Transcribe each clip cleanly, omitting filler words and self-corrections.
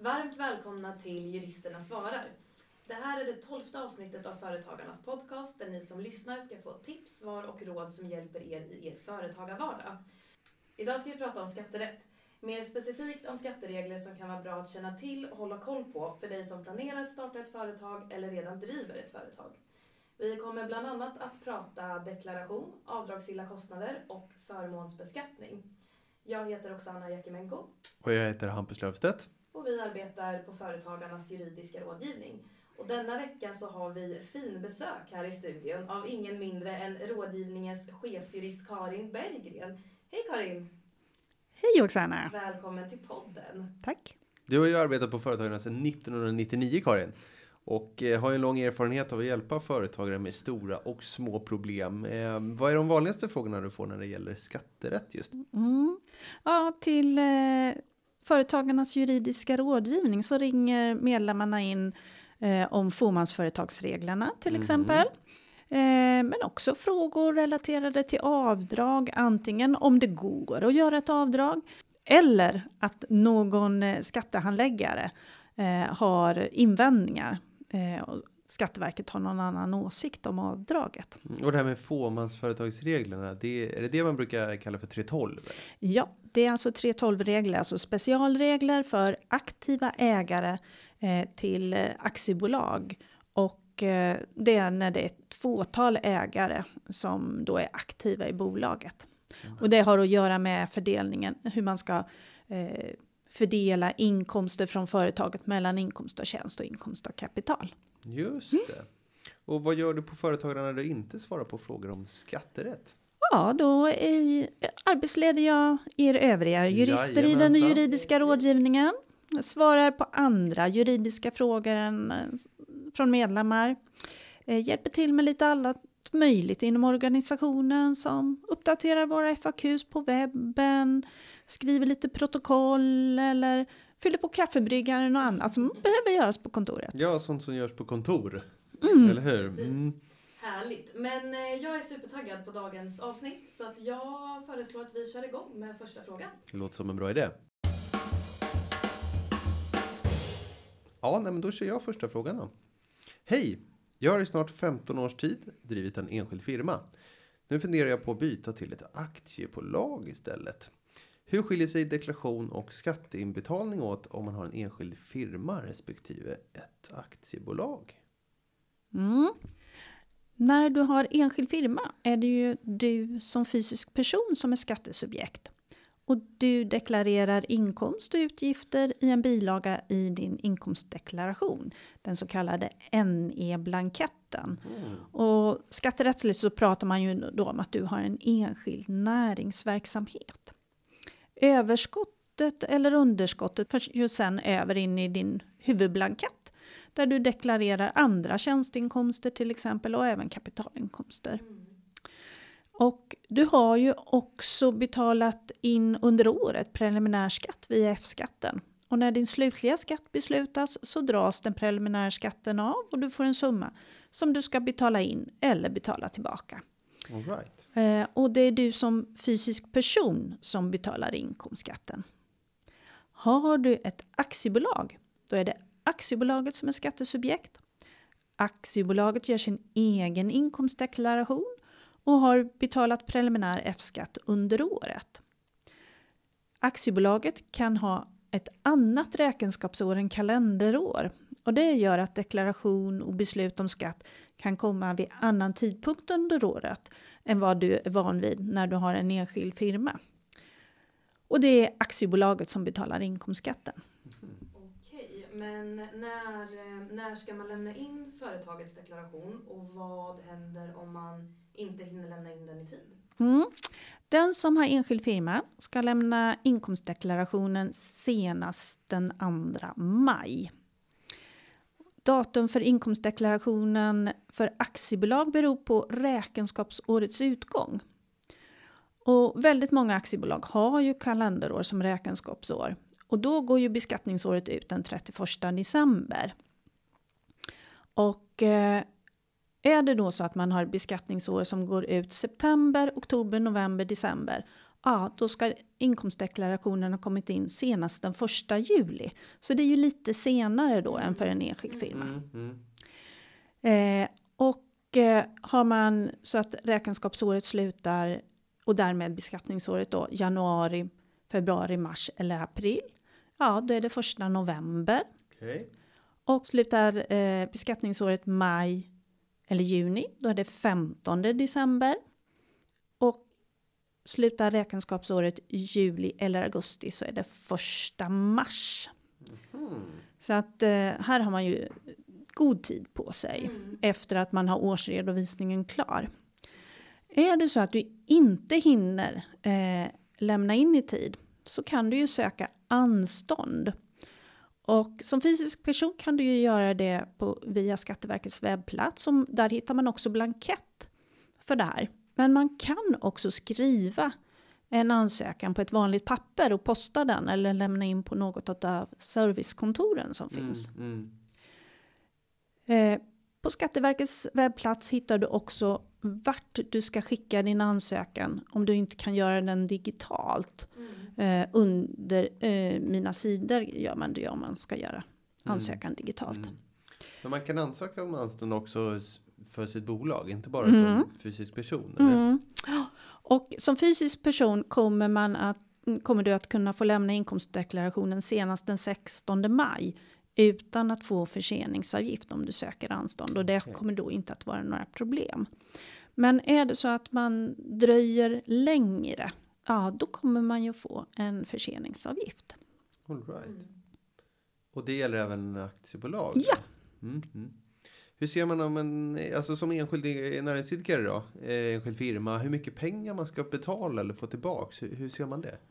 Varmt välkomna till Juristerna svarar. Det här är det 12:e avsnittet av Företagarnas podcast där ni som lyssnar ska få tips, svar och råd som hjälper er i er företagarvardag. Idag ska vi prata om skatterätt. Mer specifikt om skatteregler som kan vara bra att känna till och hålla koll på för dig som planerar att starta ett företag eller redan driver ett företag. Vi kommer bland annat att prata deklaration, avdragsgilla kostnader och förmånsbeskattning. Jag heter Oksana Jakimenko. Och jag heter Hampus Löfstedt. Och vi arbetar på Företagarnas juridiska rådgivning. Och denna vecka så har vi fin besök här i studion av ingen mindre än rådgivningens chefsjurist Karin Berggren. Hej Karin! Hej Oksana! Välkommen till podden. Tack! Du har ju arbetat på Företagarna sedan 1999, Karin. Och har en lång erfarenhet av att hjälpa företagare med stora och små problem. Vad är de vanligaste frågorna du får när det gäller skatterätt just? Ja, till Företagarnas juridiska rådgivning så ringer medlemmarna in om fåmansföretagsreglerna till exempel. Men också frågor relaterade till avdrag, antingen om det går att göra ett avdrag eller att någon skattehandläggare har invändningar. Skatteverket har någon annan åsikt om avdraget. Och det här med fåmansföretagsreglerna, är det man brukar kalla för 3:12? Ja, det är alltså 3:12-regler, alltså specialregler för aktiva ägare till aktiebolag. Och det är när det är ett fåtal ägare som då är aktiva i bolaget. Och det har att göra med fördelningen, hur man ska fördela inkomster från företaget mellan inkomst av tjänst och inkomst av kapital. Just det. Och vad gör du på Företagarna när du inte svarar på frågor om skatterätt? Ja, då arbetsleder jag er övriga jurister i den juridiska rådgivningen. Jag svarar på andra juridiska frågor från medlemmar. Hjälper till med lite allt möjligt inom organisationen som uppdaterar våra FAQs på webben, skriver lite protokoll eller fyller på kaffebryggaren och annat som behöver göras på kontoret. Ja, sånt som görs på kontor. Eller hur? Härligt. Men jag är supertaggad på dagens avsnitt så att jag föreslår att vi kör igång med första frågan. Det låter som en bra idé. Ja, men då kör jag första frågan då. Hej! Jag har i snart 15 års tid drivit en enskild firma. Nu funderar jag på att byta till ett aktiebolag istället. Hur skiljer sig deklaration och skatteinbetalning åt om man har en enskild firma respektive ett aktiebolag? När du har enskild firma är det ju du som fysisk person som är skattesubjekt. Och du deklarerar inkomst och utgifter i en bilaga i din inkomstdeklaration. Den så kallade NE-blanketten. Och skatterättsligt så pratar man ju då om att du har en enskild näringsverksamhet. Överskottet eller underskottet förs ju sen över in i din huvudblankett. Där du deklarerar andra tjänsteinkomster till exempel och även kapitalinkomster. Och du har ju också betalat in under året preliminärskatt via F-skatten. Och när din slutliga skatt beslutas så dras den preliminärskatten av och du får en summa som du ska betala in eller betala tillbaka. All right. Och det är du som fysisk person som betalar inkomstskatten. Har du ett aktiebolag, då är det aktiebolaget som är skattesubjekt. Aktiebolaget gör sin egen inkomstdeklaration och har betalat preliminär F-skatt under året. Aktiebolaget kan ha ett annat räkenskapsår än kalenderår. Och det gör att deklaration och beslut om skatt kan komma vid annan tidpunkt under året än vad du är van vid när du har en enskild firma. Och det är aktiebolaget som betalar inkomstskatten. Okej, men när ska man lämna in företagets deklaration och vad händer om man inte hinner lämna in den i tid? Den som har enskild firma ska lämna inkomstdeklarationen senast den 2 maj. Datum för inkomstdeklarationen för aktiebolag beror på räkenskapsårets utgång. Och väldigt många aktiebolag har ju kalenderår som räkenskapsår. Och då går ju beskattningsåret ut den 31 december. Och är det då så att man har beskattningsår som går ut september, oktober, november, december. då ska inkomstdeklarationen ha kommit in senast den 1 juli. Så det är ju lite senare då än för en enskild firma. Har man så att räkenskapsåret slutar och därmed beskattningsåret då januari, februari, mars eller april. Ja, då är det 1 november. Okay. Och slutar beskattningsåret maj eller juni, då är det 15 december. Och slutar räkenskapsåret juli eller augusti så är det 1 mars. Så att här har man ju god tid på sig efter att man har årsredovisningen klar. Är det så att du inte hinner lämna in i tid så kan du ju söka anstånd. Och som fysisk person kan du ju göra det via Skatteverkets webbplats. Där hittar man också blankett för det här. Men man kan också skriva en ansökan på ett vanligt papper och posta den eller lämna in på något av servicekontoren som finns. På Skatteverkets webbplats hittar du också vart du ska skicka din ansökan om du inte kan göra den digitalt. Under mina sidor gör man det om man ska göra ansökan digitalt. Men man kan ansöka om anstånd också för sitt bolag, inte bara som fysisk person? Eller? Och som fysisk person kommer du att kunna få lämna inkomstdeklarationen senast den 16 maj utan att få förseningsavgift om du söker anstånd. Och det kommer då inte att vara några problem. Men är det så att man dröjer längre, då kommer man ju få en förseningsavgift. All right. Och det gäller även aktiebolag? Ja. Hur ser man om som enskild näringsidkare då, enskild firma, hur mycket pengar man ska betala eller få tillbaka? Hur ser man det?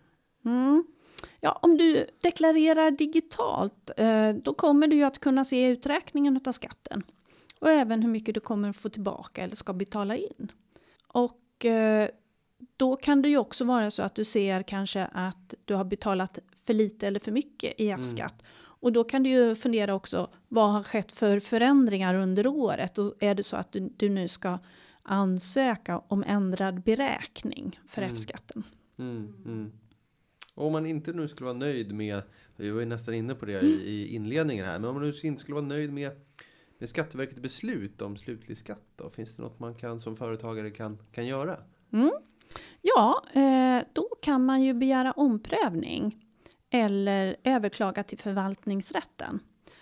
Ja, om du deklarerar digitalt då kommer du ju att kunna se uträkningen av skatten. Och även hur mycket du kommer få tillbaka eller ska betala in. Och då kan det ju också vara så att du ser kanske att du har betalat för lite eller för mycket i F-skatt. Och då kan du ju fundera också, vad har skett för förändringar under året? Och är det så att du nu ska ansöka om ändrad beräkning för F-skatten? Och om man inte nu skulle vara nöjd med, jag var ju nästan inne på det i inledningen här, men om man nu inte skulle vara nöjd med Skatteverkets beslut om slutlig skatt då, finns det något man som företagare kan göra? Ja, då kan man ju begära omprövning eller överklaga till förvaltningsrätten.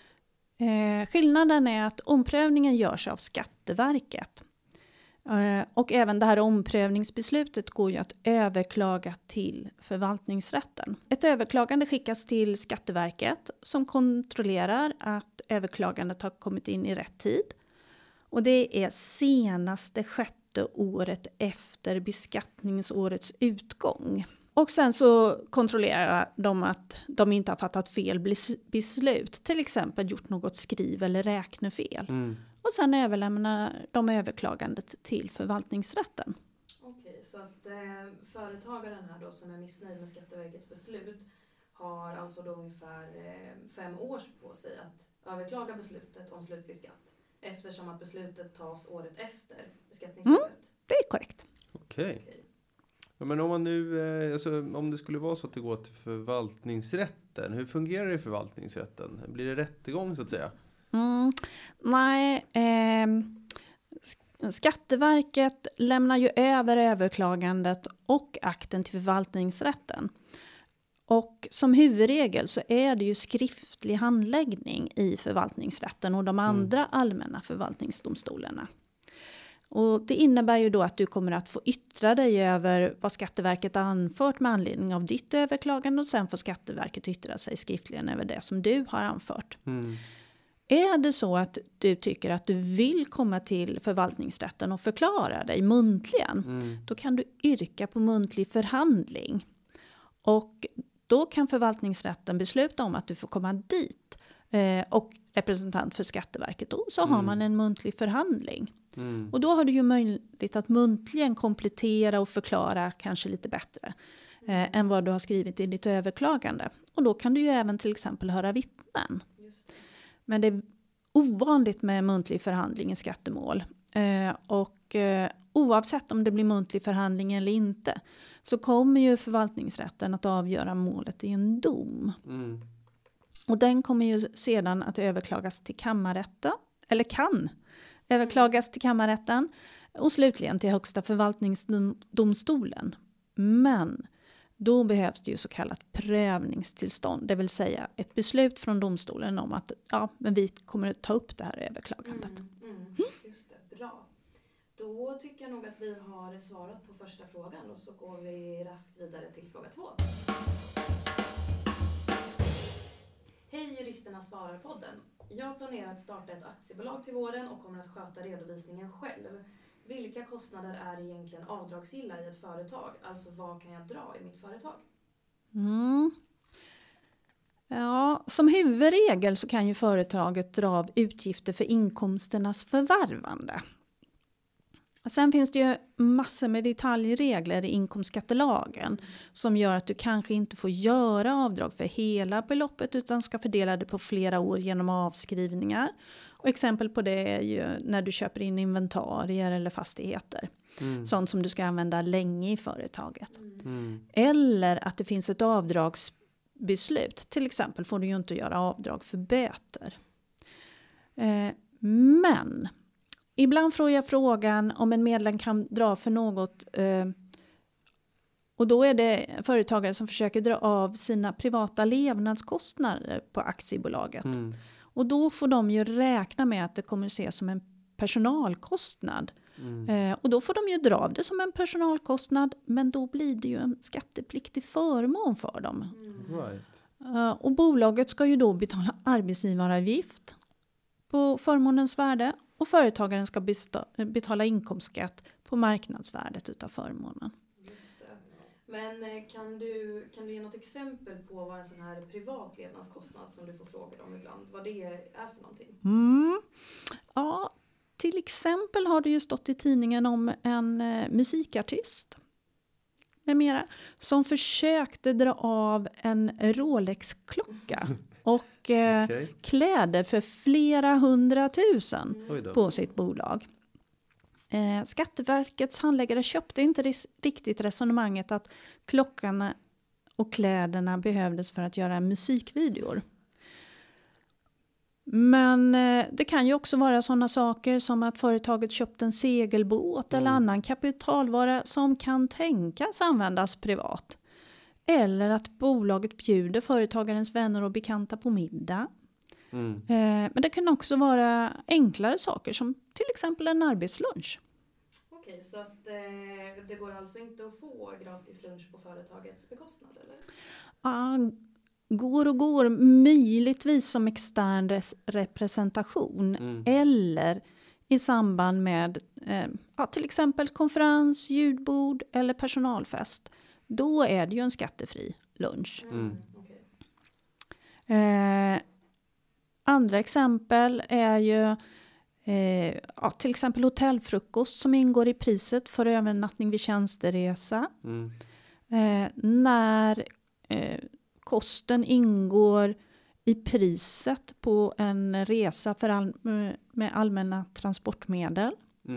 Skillnaden är att omprövningen görs av Skatteverket. Och även det här omprövningsbeslutet går ju att överklaga till förvaltningsrätten. Ett överklagande skickas till Skatteverket som kontrollerar att överklagandet har kommit in i rätt tid. Och det är senaste 6:e året efter beskattningsårets utgång. Och sen så kontrollerar de att de inte har fattat fel beslut. Till exempel gjort något skriv- eller räknefel. Och sen överlämnar de överklagandet till förvaltningsrätten. Okej, så att företagaren här då som är missnöjd med Skatteverkets beslut har alltså då ungefär 5 år på sig att överklaga beslutet om slutlig skatt. Eftersom att beslutet tas året efter beskattningsåret. Det är korrekt. Okej. Ja, men om man nu, om det skulle vara så att det går till förvaltningsrätten, hur fungerar det i förvaltningsrätten? Blir det rättegång så att säga? Nej, Skatteverket lämnar ju över överklagandet och akten till förvaltningsrätten. Och som huvudregel så är det ju skriftlig handläggning i förvaltningsrätten och de andra allmänna förvaltningsdomstolarna. Och det innebär ju då att du kommer att få yttra dig över vad Skatteverket har anfört med anledning av ditt överklagande och sen får Skatteverket yttra sig skriftligen över det som du har anfört. Är det så att du tycker att du vill komma till förvaltningsrätten och förklara dig muntligen, då kan du yrka på muntlig förhandling. Och då kan förvaltningsrätten besluta om att du får komma dit och representant för Skatteverket. Och så har man en muntlig förhandling. Och då har du ju möjlighet att muntligen komplettera och förklara kanske lite bättre än vad du har skrivit i ditt överklagande. Och då kan du ju även till exempel höra vittnen. Men det är ovanligt med muntlig förhandling i skattemål. Och oavsett om det blir muntlig förhandling eller inte, så kommer ju förvaltningsrätten att avgöra målet i en dom. Mm. Och den kommer ju sedan att överklagas till kammarrätten, eller kan överklagas till kammarrätten och slutligen till högsta förvaltningsdomstolen. Men då behövs det ju så kallat prövningstillstånd, det vill säga ett beslut från domstolen om att men vi kommer att ta upp det här överklagandet. Just det, bra. Då tycker jag nog att vi har svarat på första frågan och så går vi raskt vidare till fråga 2. Hej juristerna svarar-podden. Jag planerar att starta ett aktiebolag till våren och kommer att sköta redovisningen själv. Vilka kostnader är egentligen avdragsgilla i ett företag? Alltså vad kan jag dra i mitt företag? Ja, som huvudregel så kan ju företaget dra av utgifter för inkomsternas förvärvande. Sen finns det ju massor med detaljregler i inkomstskattelagen som gör att du kanske inte får göra avdrag för hela beloppet utan ska fördela det på flera år genom avskrivningar. Och exempel på det är ju när du köper in inventarier eller fastigheter. Sånt som du ska använda länge i företaget. Eller att det finns ett avdragsbeslut. Till exempel får du ju inte göra avdrag för böter. Men ibland får jag frågan om en medlem kan dra för något. Och då är det företagare som försöker dra av sina privata levnadskostnader på aktiebolaget. Och då får de ju räkna med att det kommer att ses som en personalkostnad. Och då får de ju dra av det som en personalkostnad. Men då blir det ju en skattepliktig förmån för dem. Right. Och bolaget ska ju då betala arbetsgivaravgift på förmånens värde. Och företagaren ska betala inkomstskatt på marknadsvärdet utav förmånen. Just det. Men kan du ge något exempel på vad en sån här privat levnadskostnad som du får frågor om ibland, vad det är för någonting? Ja, till exempel har det ju stått i tidningen om en musikartist med mera som försökte dra av en Rolex-klocka och kläder för flera 100 000 på sitt bolag. Skatteverkets handläggare köpte inte riktigt resonemanget att klockorna och kläderna behövdes för att göra musikvideor. Men det kan ju också vara sådana saker som att företaget köpt en segelbåt eller annan kapitalvara som kan tänkas användas privat. Eller att bolaget bjuder företagarens vänner och bekanta på middag. Men det kan också vara enklare saker som till exempel en arbetslunch. Okej, så att det går alltså inte att få gratis lunch på företagets bekostnad, eller? Går möjligtvis som extern representation eller i samband med till exempel konferens, ljudbord eller personalfest. Då är det ju en skattefri lunch. Andra exempel är ju till exempel hotellfrukost som ingår i priset för övernattning vid tjänsteresa. När kosten ingår i priset på en resa med allmänna transportmedel.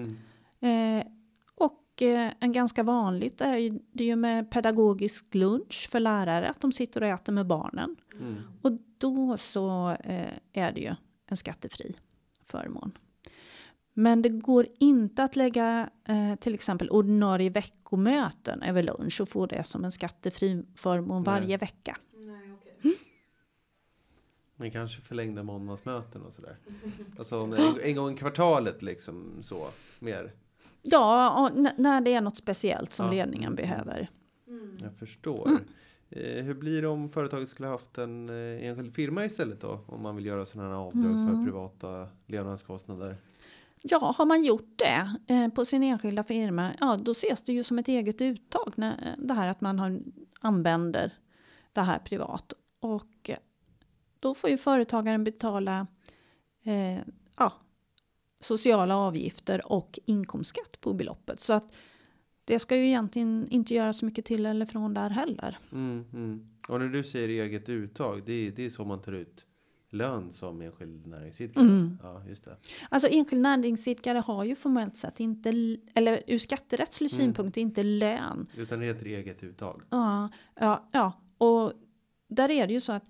Och en ganska vanligt är det ju med pedagogisk lunch för lärare att de sitter och äter med barnen. Och då så är det ju en skattefri förmån. Men det går inte att lägga till exempel ordinarie veckomöten över lunch och få det som en skattefri förmån varje vecka. Nej, okej. Men kanske förlängda månadsmöten och sådär. Alltså en gång i kvartalet liksom så mer. Ja, när det är något speciellt som ledningen behöver. Jag förstår. Hur blir det om företaget skulle haft en enskild firma istället då? Om man vill göra sådana här avdrag för privata levnadskostnader. Ja, har man gjort det på sin enskilda firma, då ses det ju som ett eget uttag. Det här att man använder det här privat. Och då får ju företagaren betala sociala avgifter och inkomstskatt på beloppet. Så att det ska ju egentligen inte göra så mycket till eller från där heller. Och när du säger eget uttag, det är så man tar ut lön som enskild näringsidkare. Mm. Ja, just det. Alltså enskild näringsidkare har ju formellt sett inte, eller ur skatterättslig synpunkt inte lön. Utan det är ett eget uttag. Ja. Och där är det ju så att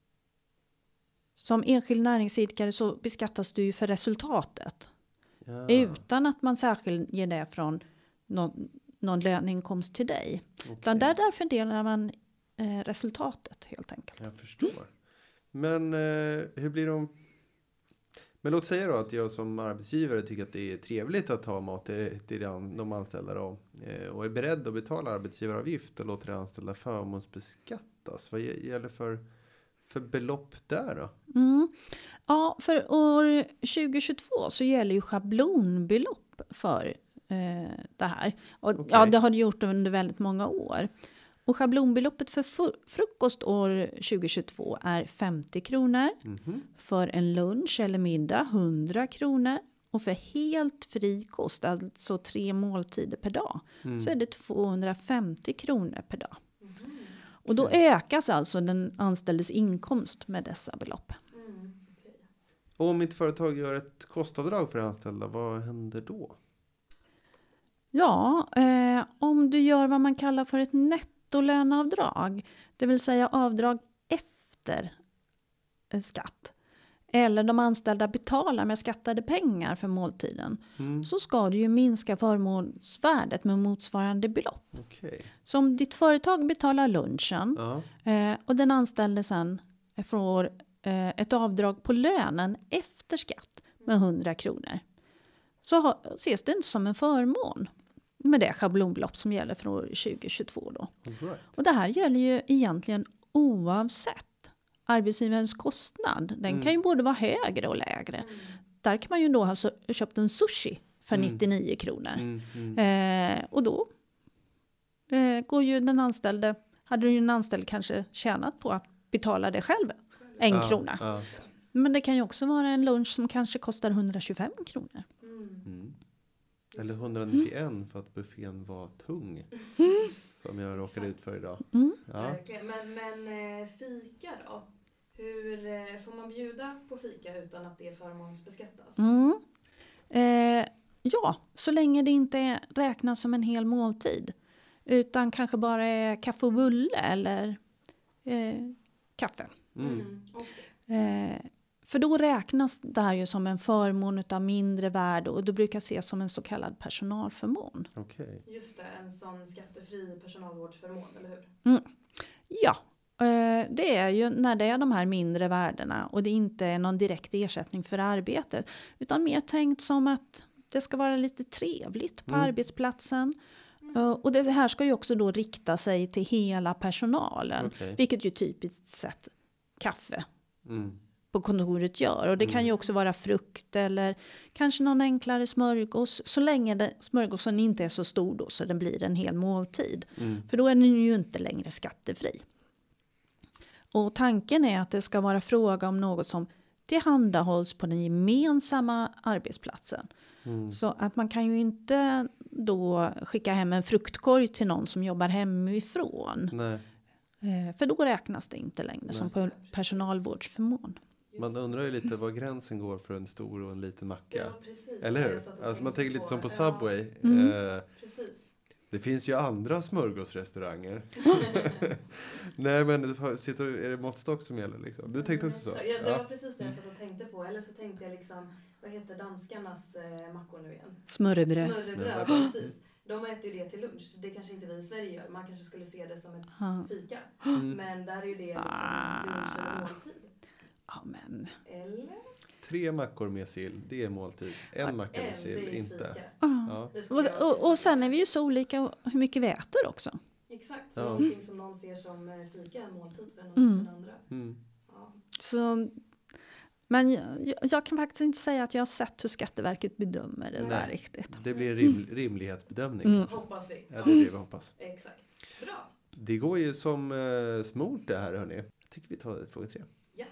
som enskild näringsidkare så beskattas du ju för resultatet. Ja. Utan att man särskilt ger det från någon löneinkomst till dig. Okej. Utan där fördelar man resultatet helt enkelt. Jag förstår. Men hur blir de... Men låt säga då att jag som arbetsgivare tycker att det är trevligt att ha mat till de anställda då, och är beredd att betala arbetsgivaravgift och låter de anställda förmånsbeskattas. Vad gäller för belopp där då? Ja, för år 2022 så gäller ju schablonbelopp för det här. Och, Okay. Ja, det har det gjort under väldigt många år. Och schablonbeloppet för frukost år 2022 är 50 kronor. Mm-hmm. För en lunch eller middag 100 kronor. Och för helt fri kost, alltså 3 måltider per dag, så är det 250 kronor per dag. Och då ökas alltså den anställdes inkomst med dessa belopp. Okay. Och om mitt företag gör ett kostavdrag för anställda, vad händer då? Ja, om du gör vad man kallar för ett nettolöneavdrag, det vill säga avdrag efter skatt, eller de anställda betalar med skattade pengar för måltiden, så ska du ju minska förmånsvärdet med motsvarande belopp. Okay. Så om ditt företag betalar lunchen och den anställde sen får ett avdrag på lönen efter skatt med 100 kronor, så ses det inte som en förmån med det schablonbelopp som gäller för år 2022 då. Right. Och det här gäller ju egentligen oavsett arbetsgivarens kostnad. Den kan ju både vara högre och lägre. Där kan man ju då ha köpt en sushi för 99 kronor. Och då går ju den anställde, hade ju den anställde kanske tjänat på att betala det själv. 1 krona. Ja. Men det kan ju också vara en lunch som kanske kostar 125 kronor. Eller 191 för att buffén var tung. Som jag råkade ut för idag. Ja. Verkligen. Men fika då? Hur får man bjuda på fika utan att det förmånsbeskattas? Ja, så länge det inte räknas som en hel måltid. Utan kanske bara är kaffe och bulle eller kaffe. Okay. För då räknas det här ju som en förmån av mindre värde och det brukar ses som en så kallad personalförmån. Okay. Just det, en sån skattefri personalvårdsförmån, eller hur? Ja, det är ju när det är de här mindre värdena och det inte är någon direkt ersättning för arbetet. Utan mer tänkt som att det ska vara lite trevligt på arbetsplatsen. Och det här ska ju också då rikta sig till hela personalen. Okay. Vilket ju typiskt sett kaffe på kontoret gör. Och det kan ju också vara frukt eller kanske någon enklare smörgås. Så länge smörgåsen inte är så stor då så den blir en hel måltid. För då är den ju inte längre skattefri. Och tanken är att det ska vara fråga om något som tillhandahålls på den gemensamma arbetsplatsen. Så att man kan ju inte då skicka hem en fruktkorg till någon som jobbar hemifrån. Nej. För då räknas det inte längre som personalvårdsförmån. Man undrar ju lite var gränsen går för en stor och en liten macka. Ja, precis. Eller hur? Alltså man tänker lite som på Subway. Precis. Det finns ju andra smörgåsrestauranger. Nej, men är det måttstock som gäller liksom? Du tänkte också så? Ja, det var precis det jag satt och tänkte på. Eller så tänkte jag liksom, vad heter danskarnas mackor nu igen? Smörrebröd. Smörrebröd, precis. De äter ju det till lunch. Det kanske inte vi i Sverige gör. Man kanske skulle se det som ett fika. Men där är ju det liksom lunch eller måltid. Amen. Eller? 3 mackor med sill, det är måltid. En macka med sill, inte. Ja. Och sen är vi ju så olika hur mycket vi äter också. Exakt, så någonting som någon ser som fika är en måltid för någon andra. Ja. Så, men jag kan faktiskt inte säga att jag har sett hur Skatteverket bedömer det där riktigt. Det blir en rimlighetsbedömning. Hoppas vi. Ja, det är det vi hoppas. Exakt. Bra. Det går ju som smort det här, hörni. Jag tycker vi tar fråga 3. Ja.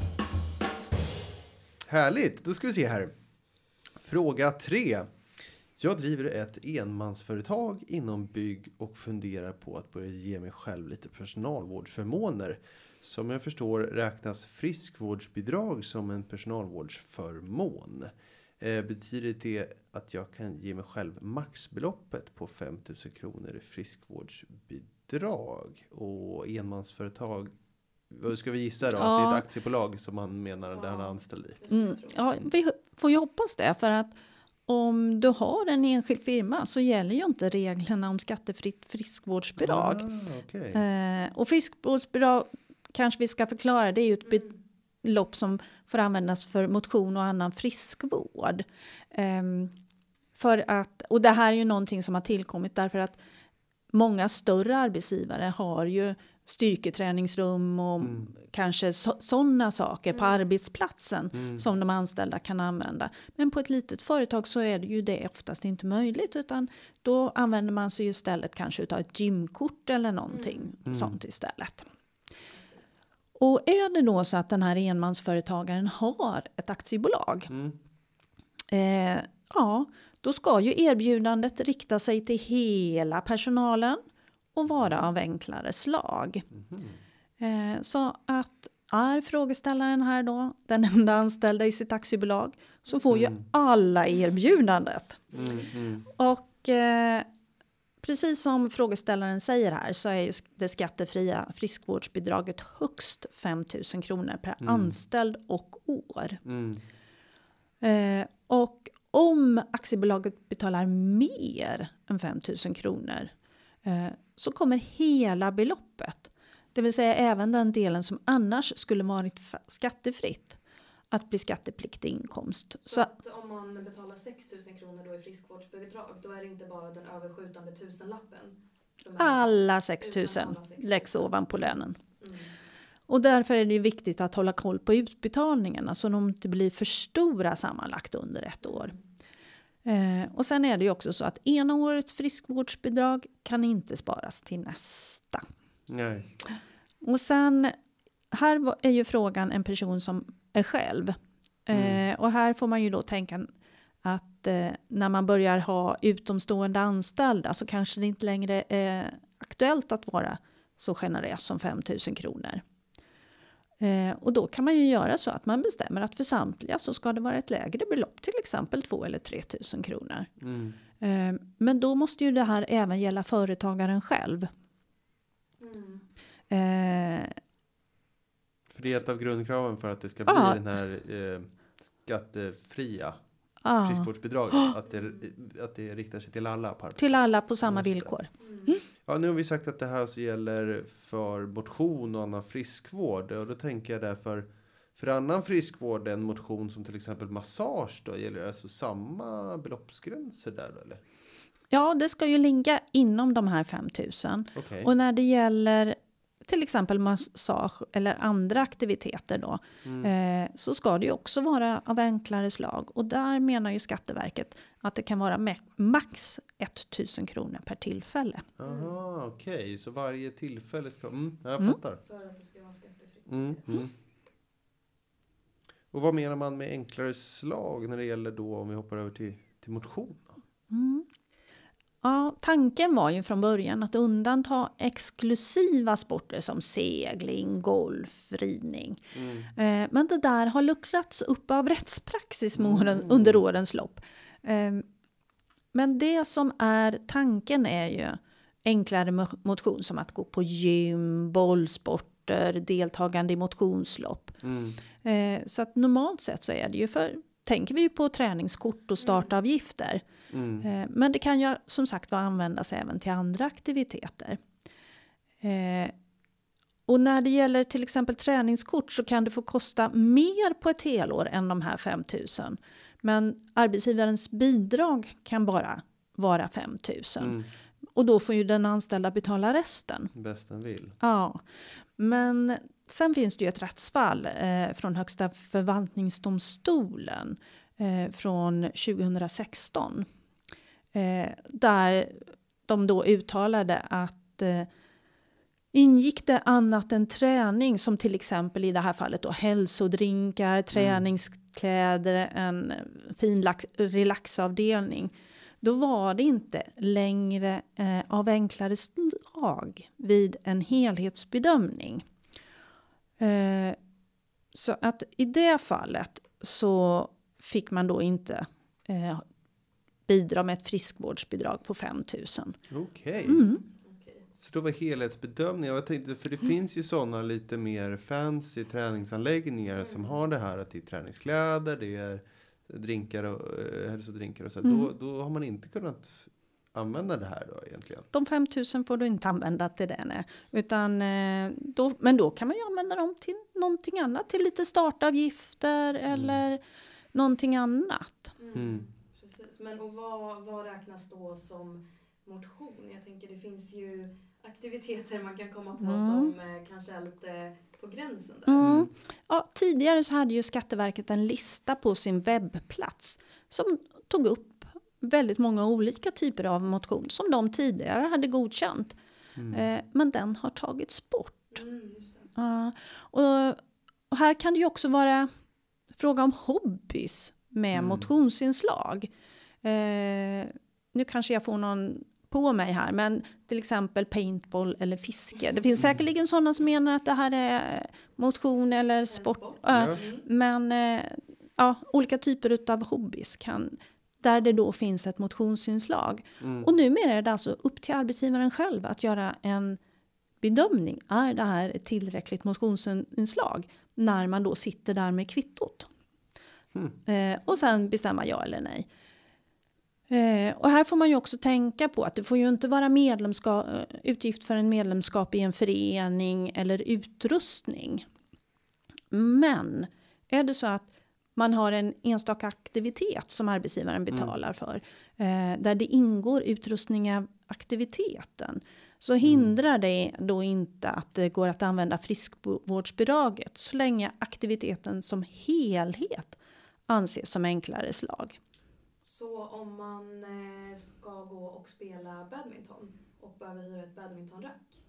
Härligt, då ska vi se här. Fråga 3. Jag driver ett enmansföretag inom bygg och funderar på att börja ge mig själv lite personalvårdsförmåner. Som jag förstår räknas friskvårdsbidrag som en personalvårdsförmån. Betyder det att jag kan ge mig själv maxbeloppet på 5 000 kronor i friskvårdsbidrag? Och enmansföretag, vad ska vi gissa då? Att det är ett aktiebolag som man menar där han är anställd i? Ja, vi får ju hoppas det, för att om du har en enskild firma så gäller ju inte reglerna om skattefritt friskvårdsbidrag. Och friskvårdsbidrag, kanske vi ska förklara, det är ju ett belopp som får användas för motion och annan friskvård. Och det här är ju någonting som har tillkommit därför att många större arbetsgivare har ju styrketräningsrum och kanske sådana saker på arbetsplatsen som de anställda kan använda. Men på ett litet företag så är det ju det oftast inte möjligt, utan då använder man sig istället kanske utav ett gymkort eller någonting sånt istället. Och är det då så att den här enmansföretagaren har ett aktiebolag, då ska ju erbjudandet rikta sig till hela personalen och vara av enklare slag. Så att är frågeställaren här då den enda anställda i sitt aktiebolag, så får ju alla erbjudandet. Och precis som frågeställaren säger här, så är ju det skattefria friskvårdsbidraget högst 5 000 kronor per anställd och år. Och om aktiebolaget betalar mer än 5 000 kronor så kommer hela beloppet, det vill säga även den delen som annars skulle varit skattefritt, att bli skattepliktig inkomst. Så att om man betalar 6 000 kronor då i friskvårdsbidrag, då är det inte bara den överskjutande tusenlappen? Alla 6 000 läggs ovanpå lönen. Och därför är det ju viktigt att hålla koll på utbetalningarna så de inte blir för stora sammanlagt under ett år. Och sen är det ju också så att ena årets friskvårdsbidrag kan inte sparas till nästa. Nej. Och sen, här är ju frågan en person som är själv. Och här får man ju då tänka att när man börjar ha utomstående anställda så kanske det inte längre är aktuellt att vara så generös som 5 000 kronor. Och då kan man ju göra så att man bestämmer att för samtliga så ska det vara ett lägre belopp, till exempel 2 eller 3 000 kronor. Men då måste ju det här även gälla företagaren själv. För det är ett av grundkraven för att det ska bli den här skattefria friskvårdsbidraget. Att det riktar sig till alla på arbetsplatsen. Till alla på samma villkor. Ja, nu har vi sagt att det här så gäller för motion och annan friskvård. Och då tänker jag därför för annan friskvård än motion som till exempel massage då, gäller det alltså samma beloppsgränser där då, eller? Ja, det ska ju ligga inom de här 5 000. Okay. Och när det gäller till exempel massage eller andra aktiviteter då, så ska det ju också vara av enklare slag. Och där menar ju Skatteverket att det kan vara max 1 000 kronor per tillfälle. Aha, okej. Så varje tillfälle ska... jag fattar. För att det ska vara skattefritt. Och vad menar man med enklare slag när det gäller då, om vi hoppar över till motion? Ja, tanken var ju från början att undanta exklusiva sporter som segling, golf, ridning. Men det där har luckrats upp av rättspraxis under årens lopp. Men det som är tanken är ju enklare motion som att gå på gym, bollsporter, deltagande i motionslopp. Så att normalt sett så är det ju tänker vi ju på träningskort och startavgifter. Men det kan ju som sagt användas även till andra aktiviteter. Och när det gäller till exempel träningskort så kan det få kosta mer på ett helår än de här 5 000. Men arbetsgivarens bidrag kan bara vara 5 000. Och då får ju den anställda betala resten. Bäst den vill. Ja, men sen finns det ju ett rättsfall från Högsta förvaltningsdomstolen från 2016. Där de då uttalade att ingick det annat än träning, som till exempel i det här fallet då hälsodrinkar, träningskläder, en fin relaxavdelning, då var det inte längre av enklare slag vid en helhetsbedömning. Så att i det fallet så fick man då inte bidra med ett friskvårdsbidrag på 5 000. Okej. Mm. Så då var helhetsbedömning. Jag tänkte, för det finns ju sådana lite mer fancy träningsanläggningar som har det här att det är träningskläder, det är drinkar och hälsodrinkar och så. Då har man inte kunnat använda det här då egentligen. De 5 000 får du inte använda till det. Nej. Utan, men då kan man ju använda dem till någonting annat. Till lite startavgifter eller någonting annat. Precis. Men och vad räknas då som motion? Jag tänker det finns ju aktiviteter man kan komma på som kanske är lite på gränsen där. Ja, tidigare så hade ju Skatteverket en lista på sin webbplats som tog upp väldigt många olika typer av motion som de tidigare hade godkänt. Men den har tagits bort. Just det. Och här kan det ju också vara fråga om hobbys med motionsinslag. Nu kanske jag får någon på mig här, men till exempel paintball eller fiske. Det finns säkerligen sådana som menar att det här är motion eller sport. Men olika typer av hobbys där det då finns ett motionsinslag. Och numera är det alltså upp till arbetsgivaren själv att göra en bedömning. Är det här ett tillräckligt motionsinslag? När man då sitter där med kvittot. Och sen bestämma ja eller nej. Och här får man ju också tänka på att det får ju inte vara utgift för en medlemskap i en förening eller utrustning. Men är det så att man har en enstaka aktivitet som arbetsgivaren betalar för, där det ingår utrustning av aktiviteten, så hindrar det då inte att det går att använda friskvårdsbidraget så länge aktiviteten som helhet anses som enklare slag. Så om man ska gå och spela badminton och behöver hyra ett badmintonrack?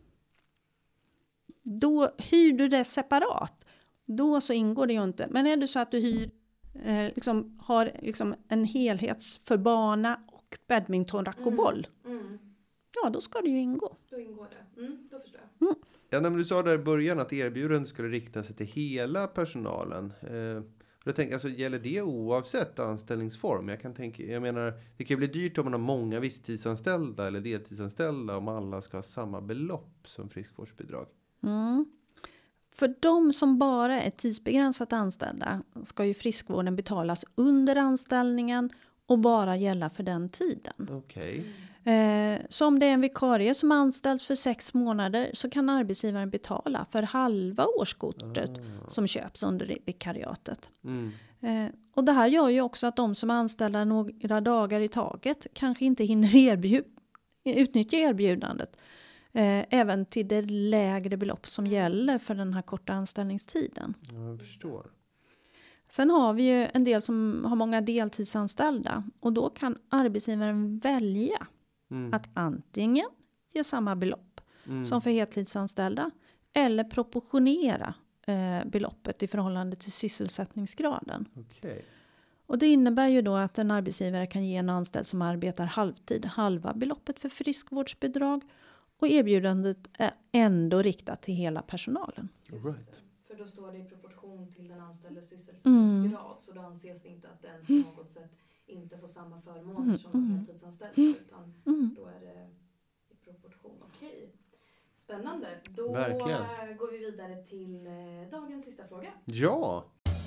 Då hyr du det separat. Då så ingår det ju inte. Men är det så att du har en helhets för bana och badmintonrack och boll. Ja, då ska det ju ingå. Då ingår det. Då förstår jag. Ja, men du sa där i början att erbjudandet skulle rikta sig till hela personalen. Jag tänker, alltså, gäller det oavsett anställningsform? Jag menar, det kan bli dyrt om man har många visstidsanställda eller deltidsanställda om alla ska ha samma belopp som friskvårdsbidrag. För de som bara är tidsbegränsat anställda ska ju friskvården betalas under anställningen och bara gälla för den tiden. Okej. Så om det är en vikarie som anställs för 6 månader så kan arbetsgivaren betala för halva årskortet som köps under vikariatet. Och det här gör ju också att de som är anställda några dagar i taget kanske inte hinner utnyttja erbjudandet. Även till det lägre belopp som gäller för den här korta anställningstiden. Jag förstår. Sen har vi ju en del som har många deltidsanställda. Och då kan arbetsgivaren välja att antingen ge samma belopp som för heltidsanställda. Eller proportionera beloppet i förhållande till sysselsättningsgraden. Okej. Och det innebär ju då att en arbetsgivare kan ge en anställd som arbetar halvtid halva beloppet för friskvårdsbidrag. Och erbjudandet är ändå riktat till hela personalen. Right. För då står det i proportion till den anställdes sysselsättningsgrad. Så då anses det inte att den på något sätt inte får samma förmåner som de heltidsanställda. Utan då är det i proportion. Okej. Spännande. Då Verkligen. Går vi vidare till dagens sista fråga. Ja!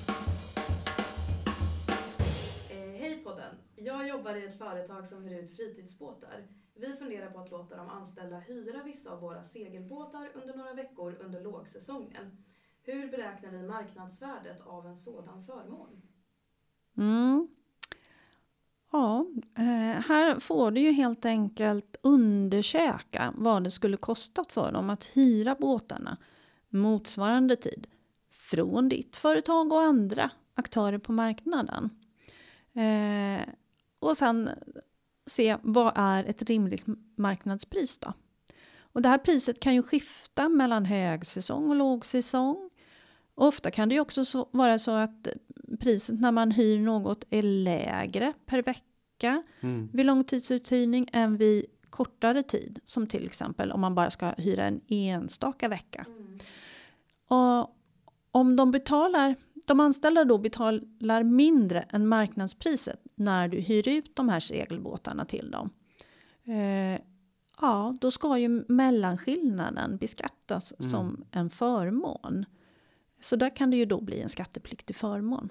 Hej podden. Jag jobbar i ett företag som hyr ut fritidsbåtar. Vi funderar på att låta de anställda hyra vissa av våra segelbåtar under några veckor under lågsäsongen. Hur beräknar vi marknadsvärdet av en sådan förmån? Ja, här får du ju helt enkelt undersöka vad det skulle kostat för dem att hyra båtarna motsvarande tid från ditt företag och andra aktörer på marknaden. Och sen se vad är ett rimligt marknadspris då. Och det här priset kan ju skifta mellan högsäsong och lågsäsong. Ofta kan det ju också vara så att priset när man hyr något är lägre per vecka vecka vid långtidsuthyrning än vid kortare tid. Som till exempel om man bara ska hyra en enstaka vecka. Och om de anställda då betalar mindre än marknadspriset när du hyr ut de här segelbåtarna till dem. Då ska ju mellanskillnaden beskattas som en förmån. Så där kan det ju då bli en skattepliktig förmån.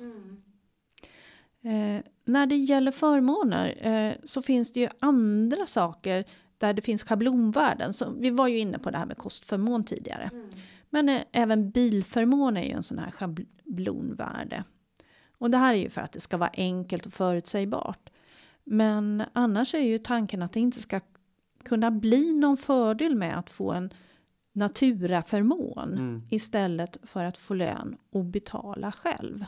När det gäller förmåner så finns det ju andra saker där det finns schablonvärden. Så vi var ju inne på det här med kostförmån tidigare. Men även bilförmån är ju en sån här schablonvärde. Och det här är ju för att det ska vara enkelt och förutsägbart. Men annars är ju tanken att det inte ska kunna bli någon fördel med att få en naturaförmån istället för att få lön och betala själv.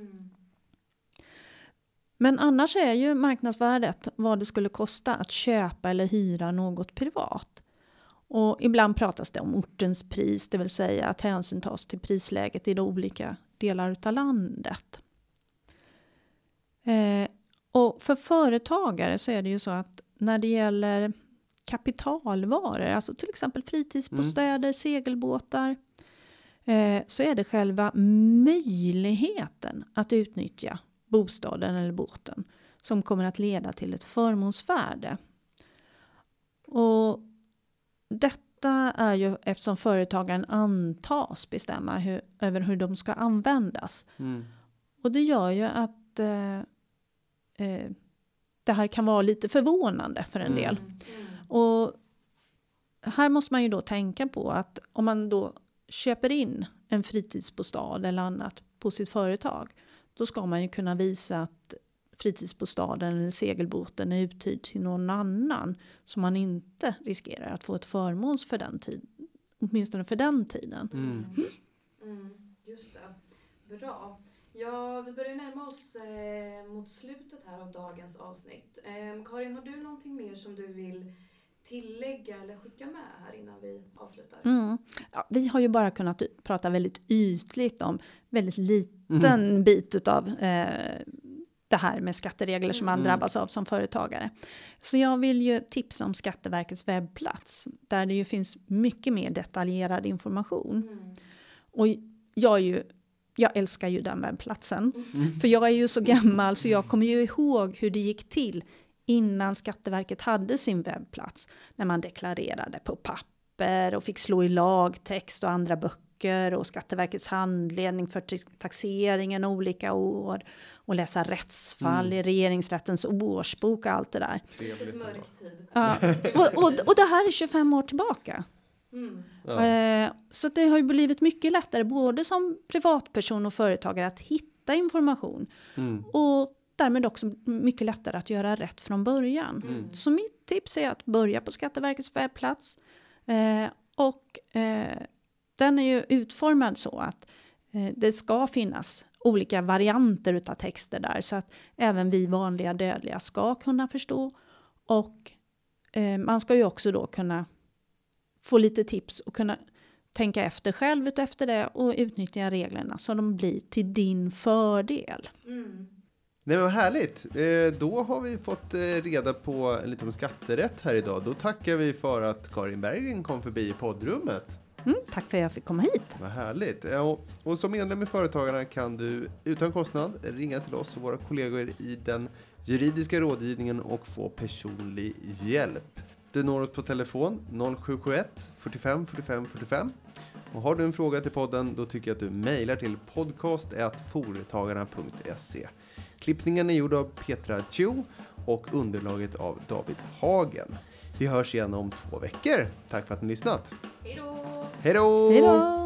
Men annars är ju marknadsvärdet vad det skulle kosta att köpa eller hyra något privat. Och ibland pratas det om ortens pris, det vill säga att hänsyn tas till prisläget i de olika delar av landet. Och för företagare så är det ju så att när det gäller kapitalvaror, alltså till exempel fritidsbostäder, segelbåtar, så är det själva möjligheten att utnyttja bostaden eller båten som kommer att leda till ett förmånsvärde. Och detta är ju eftersom företagaren antas bestämma över hur de ska användas. Och det gör ju att det här kan vara lite förvånande för en del. Och här måste man ju då tänka på att om man då köper in en fritidsbostad eller annat på sitt företag, då ska man ju kunna visa att fritidsbostaden eller segelbåten är uthyrd till någon annan, så man inte riskerar att få ett förmåns för den tiden, åtminstone för den tiden. Just det. Bra. Ja, vi börjar närma oss mot slutet här av dagens avsnitt. Karin, har du någonting mer som du vill tillägga eller skicka med här innan vi avslutar? Ja, vi har ju bara kunnat prata väldigt ytligt om väldigt liten bit av det här med skatteregler som man drabbas av som företagare. Så jag vill ju tipsa om Skatteverkets webbplats där det ju finns mycket mer detaljerad information. Och jag älskar ju den webbplatsen. För jag är ju så gammal så jag kommer ju ihåg hur det gick till innan Skatteverket hade sin webbplats. När man deklarerade på papper och fick slå i lagtext och andra böcker och Skatteverkets handledning för taxeringen olika år och läsa rättsfall i regeringsrättens årsbok och allt det där. Ett mörk tid. Ja. Och det här är 25 år tillbaka. Så det har ju blivit mycket lättare både som privatperson och företagare att hitta information och därmed också mycket lättare att göra rätt från början. Så mitt tips är att börja på Skatteverkets webbplats och den är ju utformad så att det ska finnas olika varianter utav texter där så att även vi vanliga dödliga ska kunna förstå och man ska ju också då kunna få lite tips och kunna tänka efter själv efter det och utnyttja reglerna så de blir till din fördel. Nej, men härligt. Då har vi fått reda på lite om skatterätt här idag. Då tackar vi för att Karin Berggren kom förbi i poddrummet. Tack för att jag fick komma hit. Vad härligt. Och som medlem i Företagarna kan du utan kostnad ringa till oss och våra kollegor i den juridiska rådgivningen och få personlig hjälp. Du når oss på telefon 0771 45 45 45. Och har du en fråga till podden då tycker jag att du mejlar till podcast@foretagarna.se. Klippningen är gjord av Petra Chu och underlaget av David Hagen. Vi hörs igen om 2 veckor. Tack för att ni lyssnat. Hej då! Hej då! Hej då!